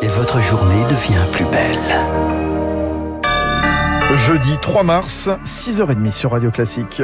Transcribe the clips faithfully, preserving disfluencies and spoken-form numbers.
et votre journée devient plus belle. Jeudi trois mars, six heures trente sur Radio Classique.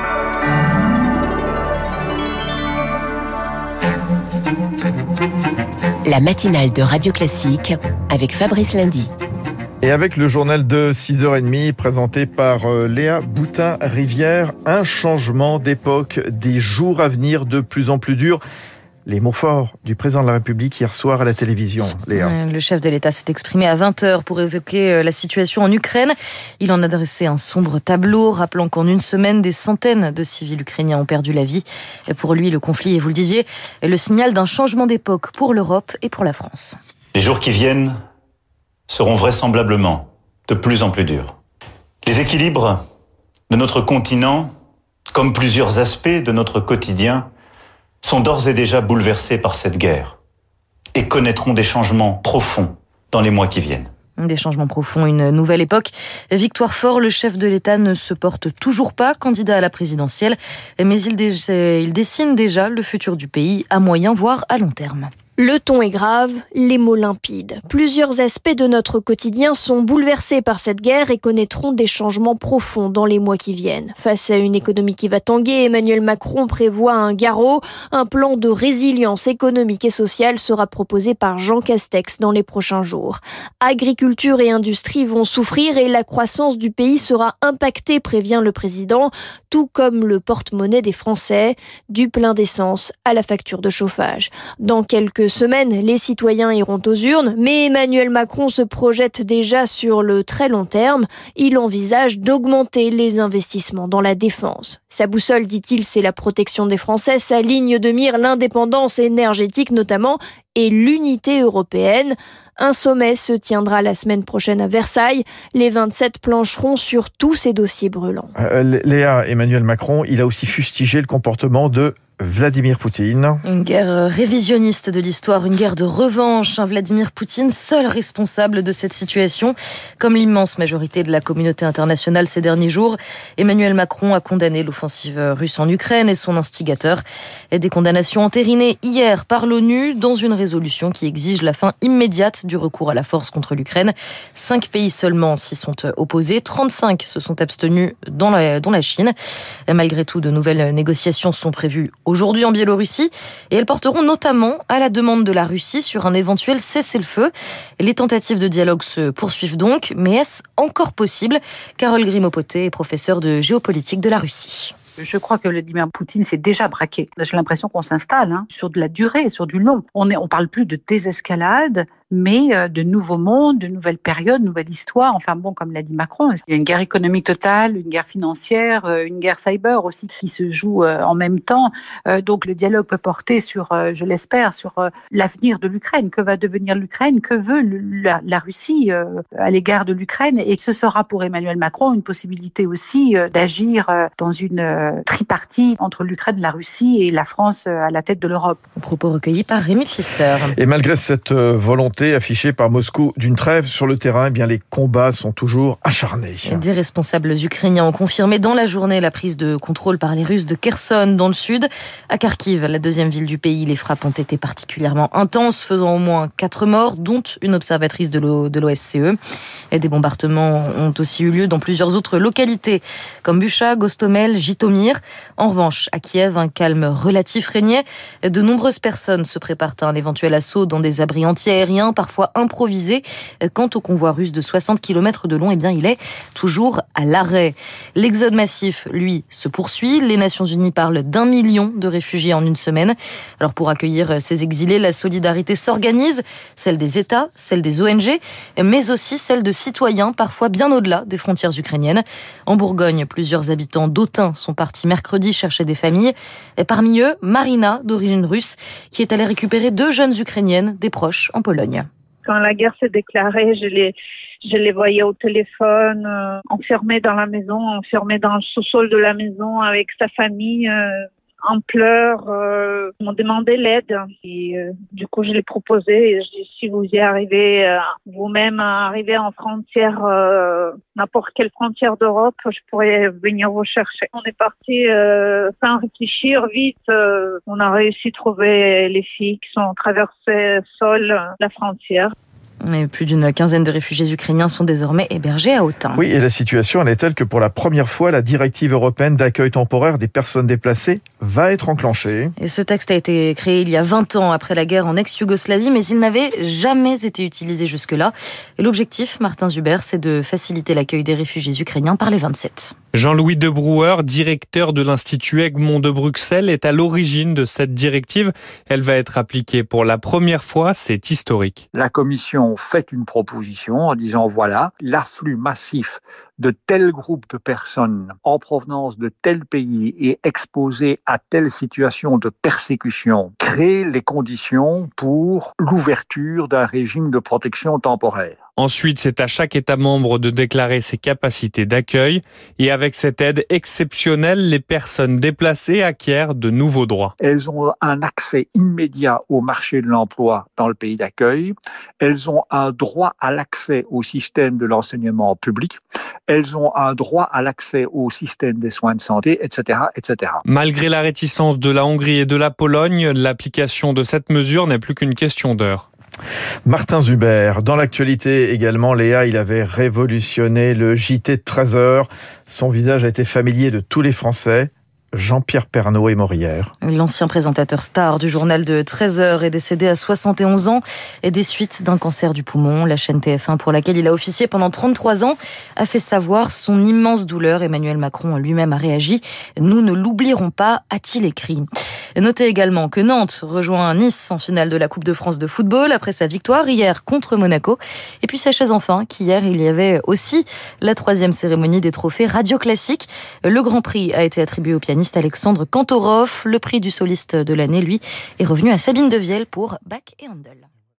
La matinale de Radio Classique avec Fabrice Lundy. Et avec le journal de six heures trente présenté par Léa Boutin-Rivière, un changement d'époque, des jours à venir de plus en plus durs. Les mots forts du président de la République hier soir à la télévision. Léa. Le chef de l'État s'est exprimé à vingt heures pour évoquer la situation en Ukraine. Il en a dressé un sombre tableau, rappelant qu'en une semaine, des centaines de civils ukrainiens ont perdu la vie. Et pour lui, le conflit, et vous le disiez, est le signal d'un changement d'époque pour l'Europe et pour la France. Les jours qui viennent seront vraisemblablement de plus en plus durs. Les équilibres de notre continent, comme plusieurs aspects de notre quotidien, sont d'ores et déjà bouleversés par cette guerre et connaîtront des changements profonds dans les mois qui viennent. Des changements profonds, une nouvelle époque. Victoire Fort, le chef de l'État ne se porte toujours pas candidat à la présidentielle, mais il, dé- il dessine déjà le futur du pays à moyen, voire à long terme. Le ton est grave, les mots limpides. Plusieurs aspects de notre quotidien sont bouleversés par cette guerre et connaîtront des changements profonds dans les mois qui viennent. Face à une économie qui va tanguer, Emmanuel Macron prévoit un garrot. Un plan de résilience économique et sociale sera proposé par Jean Castex dans les prochains jours. Agriculture et industrie vont souffrir et la croissance du pays sera impactée, prévient le président, tout comme le porte-monnaie des Français, du plein d'essence à la facture de chauffage. Dans quelques semaines, les citoyens iront aux urnes, mais Emmanuel Macron se projette déjà sur le très long terme. Il envisage d'augmenter les investissements dans la défense. Sa boussole, dit-il, c'est la protection des Français, sa ligne de mire, l'indépendance énergétique notamment, et l'unité européenne. Un sommet se tiendra la semaine prochaine à Versailles. Les vingt-sept plancheront sur tous ces dossiers brûlants. Euh, Léa, Emmanuel Macron, il a aussi fustigé le comportement de Vladimir Poutine. Une guerre révisionniste de l'histoire, une guerre de revanche. Vladimir Poutine, seul responsable de cette situation. Comme l'immense majorité de la communauté internationale ces derniers jours, Emmanuel Macron a condamné l'offensive russe en Ukraine et son instigateur. Et des condamnations entérinées hier par l'ONU dans une résolution qui exige la fin immédiate du recours à la force contre l'Ukraine. Cinq pays seulement s'y sont opposés. trente-cinq se sont abstenus, dont la, dont la Chine. Et malgré tout, de nouvelles négociations sont prévues aujourd'hui en Biélorussie, et elles porteront notamment à la demande de la Russie sur un éventuel cessez-le-feu. Les tentatives de dialogue se poursuivent donc, mais est-ce encore possible ? Carole Grimaud-Pottet est professeure de géopolitique de la Russie. Je crois que Vladimir Poutine s'est déjà braqué. J'ai l'impression qu'on s'installe hein, sur de la durée, sur du long. On ne on parle plus de désescalade, mais euh, de nouveaux mondes, de nouvelles périodes, nouvelle histoire. Enfin bon, comme l'a dit Macron, il y a une guerre économique totale, une guerre financière, euh, une guerre cyber aussi qui se joue euh, en même temps. Euh, donc le dialogue peut porter sur, euh, je l'espère, sur euh, l'avenir de l'Ukraine. Que va devenir l'Ukraine ? Que veut le, la, la Russie euh, à l'égard de l'Ukraine ? Et ce sera pour Emmanuel Macron une possibilité aussi euh, d'agir euh, dans une euh, tripartite entre l'Ukraine, la Russie et la France euh, à la tête de l'Europe. Propos recueillis par Rémi Pfister. Et malgré cette euh, volonté affichée par Moscou d'une trêve sur le terrain, eh bien les combats sont toujours acharnés. Des responsables ukrainiens ont confirmé dans la journée la prise de contrôle par les Russes de Kherson dans le sud. À Kharkiv, la deuxième ville du pays, les frappes ont été particulièrement intenses, faisant au moins quatre morts, dont une observatrice de l'O S C E. Et des bombardements ont aussi eu lieu dans plusieurs autres localités, comme Bucha, Gostomel, Jitomir. En revanche, à Kiev, un calme relatif régnait. De nombreuses personnes se préparent à un éventuel assaut dans des abris anti-aériens, parfois improvisés. Quant au convoi russe de soixante kilomètres de long, eh bien, il est toujours à l'arrêt. L'exode massif, lui, se poursuit. Les Nations Unies parlent d'un million de réfugiés en une semaine. Alors, pour accueillir ces exilés, la solidarité s'organise, celle des États, celle des O N G, mais aussi celle de citoyens, parfois bien au-delà des frontières ukrainiennes. En Bourgogne, plusieurs habitants d'Autun sont partis mercredi chercher des familles. Et parmi eux, Marina, d'origine russe, qui est allée récupérer deux jeunes Ukrainiennes, des proches, en Pologne. Quand la guerre s'est déclarée, je les, je les voyais au téléphone, euh, enfermés dans la maison, enfermés dans le sous-sol de la maison avec sa famille, euh, en pleurs. Euh, ils m'ont demandé l'aide. Et euh, du coup, je l'ai proposé. Et je dis, si vous y arrivez euh, vous-même à arriver en frontière, euh, n'importe quelle frontière d'Europe, je pourrais venir vous chercher. On est parti euh, sans réfléchir, vite. Euh, on a réussi à trouver les filles qui sont traversées seules la frontière. Et plus d'une quinzaine de réfugiés ukrainiens sont désormais hébergés à Autun. Oui, et la situation, elle est telle que pour la première fois, la directive européenne d'accueil temporaire des personnes déplacées va être enclenchée. Et ce texte a été créé il y a vingt ans après la guerre en ex-Yougoslavie, mais il n'avait jamais été utilisé jusque-là. Et l'objectif, Martin Zuber, c'est de faciliter l'accueil des réfugiés ukrainiens par les vingt-sept. Jean-Louis de Brouwer, directeur de l'Institut Egmont de Bruxelles, est à l'origine de cette directive. Elle va être appliquée pour la première fois, c'est historique. La Commission fait une proposition en disant voilà, l'afflux massif de tel groupe de personnes en provenance de tel pays et exposés à telle situation de persécution crée les conditions pour l'ouverture d'un régime de protection temporaire. Ensuite, c'est à chaque État membre de déclarer ses capacités d'accueil. Et avec cette aide exceptionnelle, les personnes déplacées acquièrent de nouveaux droits. Elles ont un accès immédiat au marché de l'emploi dans le pays d'accueil. Elles ont un droit à l'accès au système de l'enseignement public. Elles ont un droit à l'accès au système des soins de santé, et cetera, et cetera. Malgré la réticence de la Hongrie et de la Pologne, l'application de cette mesure n'est plus qu'une question d'heure. Martin Zuber, dans l'actualité également, Léa, il avait révolutionné le J T de treize heures. Son visage a été familier de tous les Français. Jean-Pierre Pernaut est mort hier. L'ancien présentateur star du journal de treize heures est décédé à soixante et onze ans et des suites d'un cancer du poumon. La chaîne T F un, pour laquelle il a officié pendant trente-trois ans, a fait savoir son immense douleur. Emmanuel Macron lui-même a réagi. « Nous ne l'oublierons pas », a-t-il écrit. Notez également que Nantes rejoint Nice en finale de la Coupe de France de football après sa victoire hier contre Monaco. Et puis sachez enfin qu'hier, il y avait aussi la troisième cérémonie des trophées Radio Classique. Le Grand Prix a été attribué au pianiste Alexandre Kantorov. Le prix du soliste de l'année, lui, est revenu à Sabine Devielle pour Bach et Handel.